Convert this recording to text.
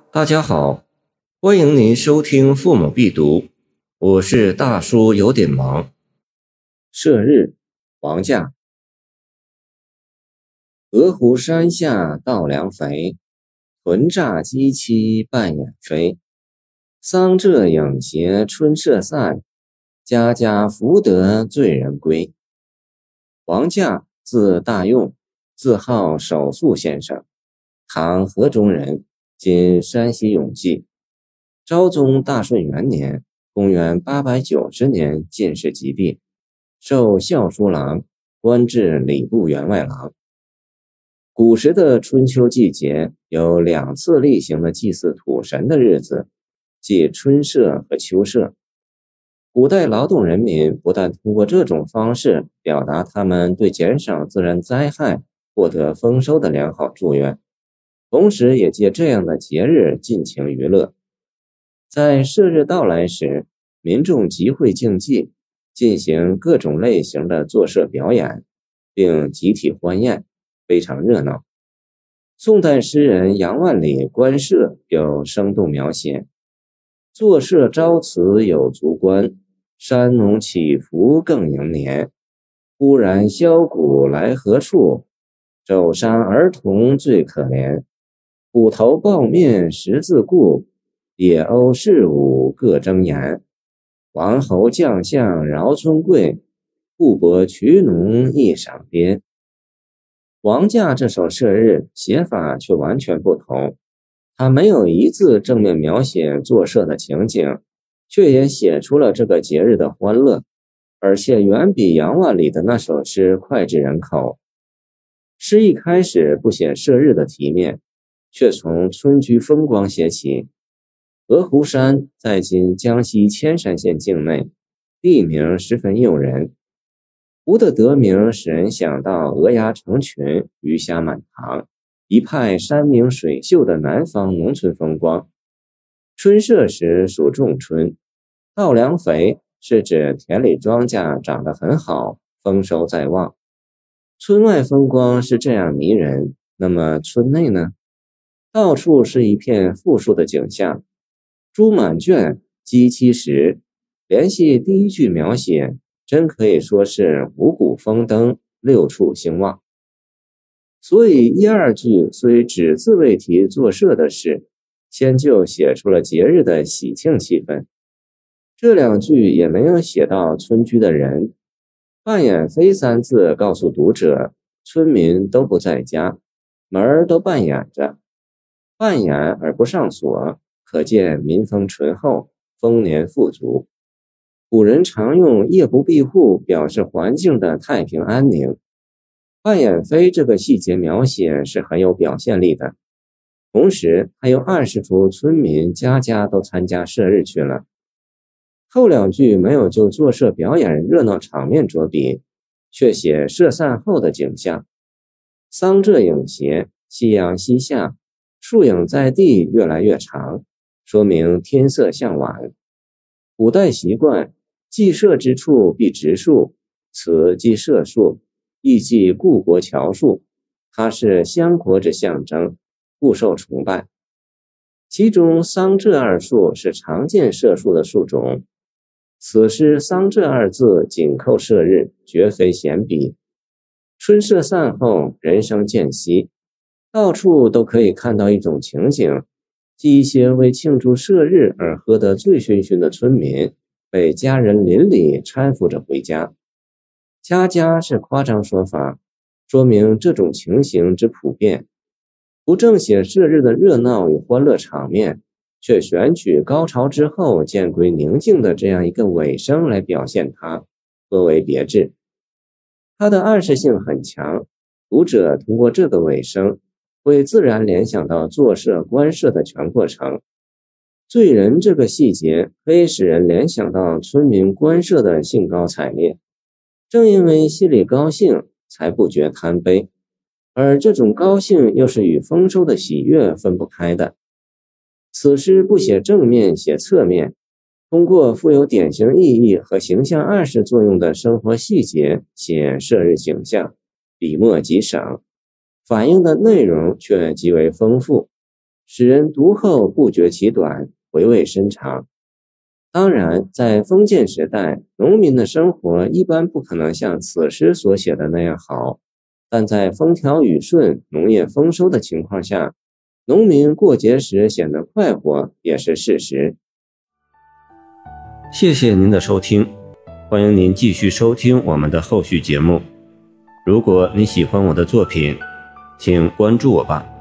大家好，欢迎您收听《父母必读》，我是大叔，有点忙。射日，王驾。鹅湖山下稻粱肥，豚乍鸡栖半掩飞。桑柘影斜春社散，家家福得醉人归。王驾字大用，自号手素先生，唐河中人，今山西永济。昭宗大顺元年，公元890年进士及第，授校书郎，官至礼部员外郎。古时的春秋季节有2次例行的祭祀土神的日子，即春社和秋社。古代劳动人民不但通过这种方式表达他们对减少自然灾害、获得丰收的良好祝愿，同时也借这样的节日尽情娱乐。在射日到来时，民众集会竞技，进行各种类型的作射表演，并集体欢宴，非常热闹。宋代诗人杨万里观射有生动描写：作射朝辞有足观，山农起伏更迎年。忽然箫鼓来何处？肘杀儿童最可怜。虎头豹面十字固，野鸥士武各争妍。王侯将相饶尊贵，故伯渠农一赏边。王驾这首射日写法却完全不同，他没有一字正面描写作射的情景，却也写出了这个节日的欢乐，而且远比杨万里的那首诗脍炙人口。诗一开始不写射日的题面，却从春居风光写起。鹅湖山在今江西铅山县境内，地名十分诱人。湖的得名使人想到鹅鸭成群，鱼虾满塘，一派山明水秀的南方农村风光。春社时属仲春，稻粱肥是指田里庄稼长得很好，丰收在望。村外风光是这样迷人，那么村内呢？到处是一片富庶的景象，猪满圈，鸡栖食。联系第一句描写，真可以说是五谷丰登，六畜兴旺。所以1、2句虽只字未提作射的事，先就写出了节日的喜庆气氛。这2句也没有写到村居的人。半掩飞3字告诉读者，村民都不在家，门儿都半掩着。半掩而不上锁，可见民风淳厚，丰年富足。古人常用夜不闭户表示环境的太平安宁。半掩飞这个细节描写是很有表现力的，同时还有暗示出村民家家都参加射日去了。后2句没有就作射表演热闹场面着笔，却写射散后的景象。桑柘影斜，夕阳西下，树影在地越来越长，说明天色向晚。古代习惯，祭射之处必植树，此即射树，亦即故国乔树，它是乡国之象征，故受崇拜。其中桑柘2树是常见射树的树种。此诗桑柘2字紧扣射日，绝非闲笔。春社散后，人声渐稀，到处都可以看到一种情景，即一些为庆祝射日而喝得醉醺醺的村民，被家人邻里搀扶着回家。家家是夸张说法，说明这种情形之普遍。不正写射日的热闹与欢乐场面，却选取高潮之后渐归宁静的这样一个尾声来表现它，颇为别致。它的暗示性很强，读者通过这个尾声会自然联想到作射观射的全过程。醉人这个细节可以使人联想到村民观射的兴高采烈，正因为心里高兴，才不觉贪杯，而这种高兴又是与丰收的喜悦分不开的。此诗不写正面，写侧面，通过富有典型意义和形象暗示作用的生活细节写射日景象，笔墨极省，反映的内容却极为丰富， 使人读后不觉其短，回味深长。当然，在封建时代，农民的生活一般不可能像此诗所写的那样好，但在风调雨顺、农业丰收的情况下，农民过节时显得快活也是事实。 谢谢您的收听，欢迎您继续收听我们的后续节目。如果你喜欢我的作品，请关注我吧。